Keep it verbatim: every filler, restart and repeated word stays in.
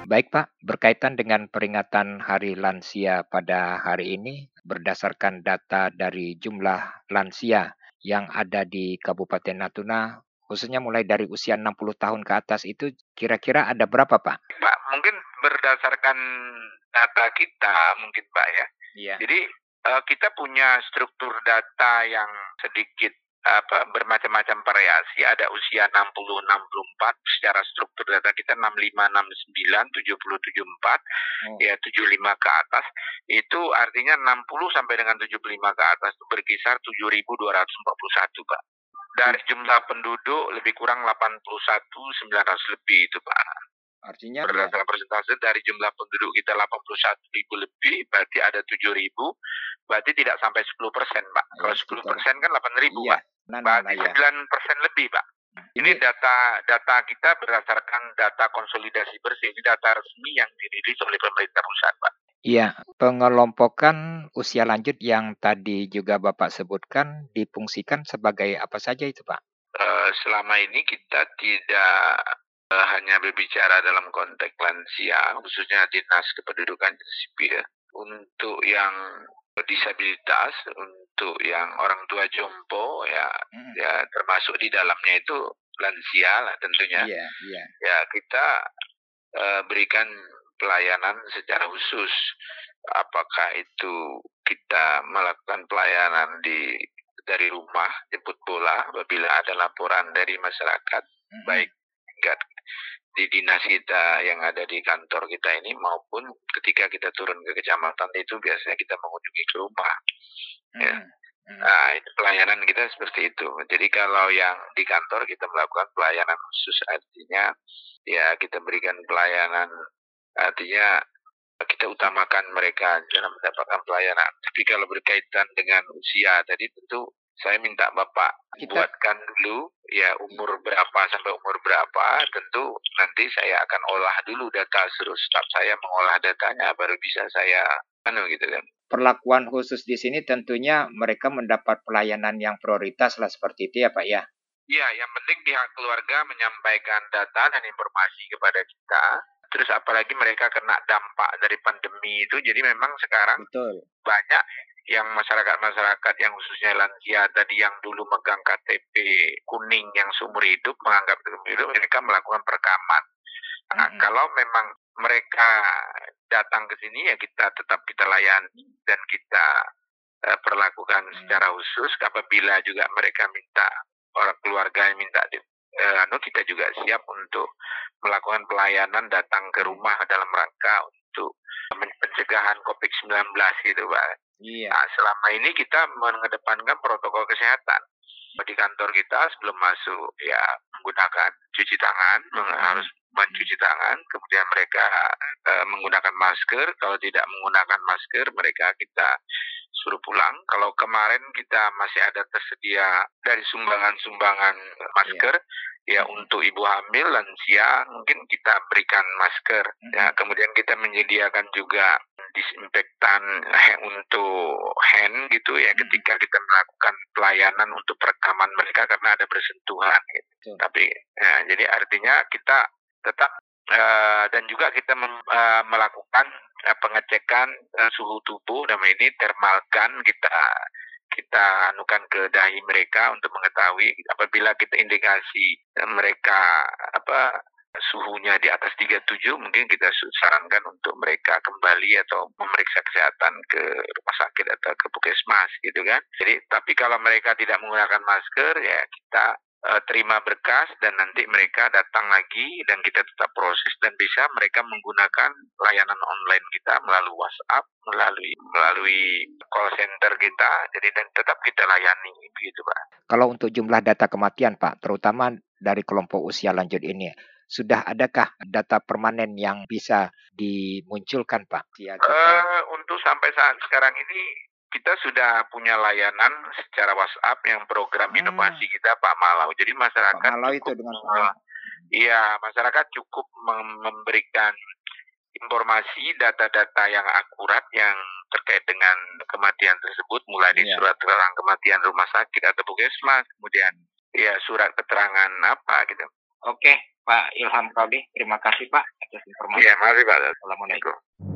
Baik Pak, berkaitan dengan peringatan Hari Lansia pada hari ini, berdasarkan data dari jumlah lansia yang ada di Kabupaten Natuna, khususnya mulai dari usia enam puluh tahun ke atas itu kira-kira ada berapa Pak? Pak, mungkin berdasarkan data kita mungkin Pak ya. Iya. Jadi eh, kita punya struktur data yang sedikit apa bermacam-macam variasi. Ada usia enam puluh enam puluh empat secara struktur data kita enam puluh lima enam puluh sembilan tujuh puluh tujuh puluh empat Oh, ya tujuh puluh lima ke atas. Itu artinya enam puluh sampai dengan tujuh puluh lima ke atas itu berkisar tujuh ribu dua ratus empat puluh satu Pak. Dari jumlah penduduk lebih kurang delapan puluh satu sembilan ratus lebih itu Pak. artinya ya, Berdasarkan persentase dari jumlah penduduk kita delapan puluh satu ribu lebih, berarti ada tujuh ribu, berarti tidak sampai sepuluh persen, Pak. ya Kalau sepuluh sekitar, persen kan delapan ribu, iya, Pak. nah, nah, nah Berarti ya. sembilan persen lebih, Pak. Ini Ini data data kita berdasarkan data konsolidasi bersih, ini data resmi yang dirilis oleh pemerintah pusat, Pak. iya, pengelompokan usia lanjut yang tadi juga Bapak sebutkan difungsikan sebagai apa saja itu Pak? Eh, selama ini kita tidak eh, hanya berbicara dalam konteks lansia, khususnya dinas kependudukan dan sipil. Untuk yang disabilitas, untuk yang orang tua jompo, ya, Hmm, ya termasuk di dalamnya itu lansia lah tentunya. iya, iya. Ya kita eh, berikan pelayanan secara khusus. Apakah itu kita melakukan pelayanan di dari rumah jemput bola apabila ada laporan dari masyarakat, Hmm, baik tingkat di dinas kita yang ada di kantor kita ini maupun ketika kita turun ke kecamatan itu biasanya kita mengunjungi ke rumah. Ya. hmm, hmm. Nah, itu pelayanan kita seperti itu. Jadi kalau yang di kantor kita melakukan pelayanan khusus, artinya ya kita berikan pelayanan, artinya kita utamakan mereka dalam mendapatkan pelayanan. Tapi kalau berkaitan dengan usia tadi tentu saya minta Bapak Kita buatkan dulu ya umur berapa sampai umur berapa, tentu nanti saya akan olah dulu data, terus staf saya mengolah datanya baru bisa saya anu gitu kan. perlakuan khusus di sini tentunya mereka mendapat pelayanan yang prioritas lah seperti itu ya Pak ya? Iya, yang penting pihak keluarga menyampaikan data dan informasi kepada kita. Terus apalagi mereka kena dampak dari pandemi itu, jadi memang sekarang Betul. banyak yang masyarakat-masyarakat yang khususnya lansia tadi yang dulu megang K T P kuning yang seumur hidup, menganggap itu seumur hidup, mereka melakukan perekaman. Nah, Hmm, kalau memang mereka datang ke sini ya kita tetap kita layani dan kita eh, perlakukan hmm, secara khusus. Apabila juga mereka minta, orang keluarga yang minta di, eh, anu kita juga siap untuk melakukan pelayanan datang ke rumah dalam rangka untuk pencegahan covid sembilan belas gitu Pak. iya. Nah, selama ini kita mengedepankan protokol kesehatan. Di kantor kita sebelum masuk ya menggunakan cuci tangan, meng- harus mencuci tangan, kemudian mereka eh, menggunakan masker. Kalau tidak menggunakan masker, mereka kita suruh pulang. Kalau kemarin kita masih ada tersedia dari sumbangan-sumbangan masker, ya untuk ibu hamil, lansia, mungkin kita berikan masker. Ya, kemudian kita menyediakan juga disinfektan eh, untuk hand gitu ya ketika kita melakukan pelayanan untuk perekaman mereka karena ada bersentuhan gitu. Betul. Tapi ya, jadi artinya kita tetap eh, dan juga kita mem- eh, melakukan eh, pengecekan eh, suhu tubuh, nama ini thermal gun kita kita anukan ke dahi mereka untuk mengetahui apabila kita indikasi eh, mereka apa suhunya di atas tiga puluh tujuh, mungkin kita sarankan untuk mereka kembali atau memeriksa kesehatan ke rumah sakit atau ke puskesmas gitu kan. Jadi tapi kalau mereka tidak menggunakan masker ya kita uh, terima berkas dan nanti mereka datang lagi dan kita tetap proses dan bisa mereka menggunakan layanan online kita melalui WhatsApp, melalui melalui call center kita. Jadi dan tetap kita layani begitu Pak. Kalau untuk jumlah data kematian Pak, terutama dari kelompok usia lanjut ini, sudah adakah data permanen yang bisa dimunculkan Pak? Ya, kita, Uh, untuk sampai saat sekarang ini kita sudah punya layanan secara WhatsApp yang program Hmm. inovasi kita Pak Malau. Jadi Pak masyarakat Malau itu cukup, dengan uh, iya masyarakat cukup mem- memberikan informasi data-data yang akurat yang terkait dengan kematian tersebut, mulai dari Iya. surat keterangan kematian rumah sakit atau puskesmas, kemudian ya surat keterangan apa gitu. Oke, Pak Ilham Kalbi. Terima kasih Pak atas informasi. Iya, makasih Pak. Assalamualaikum.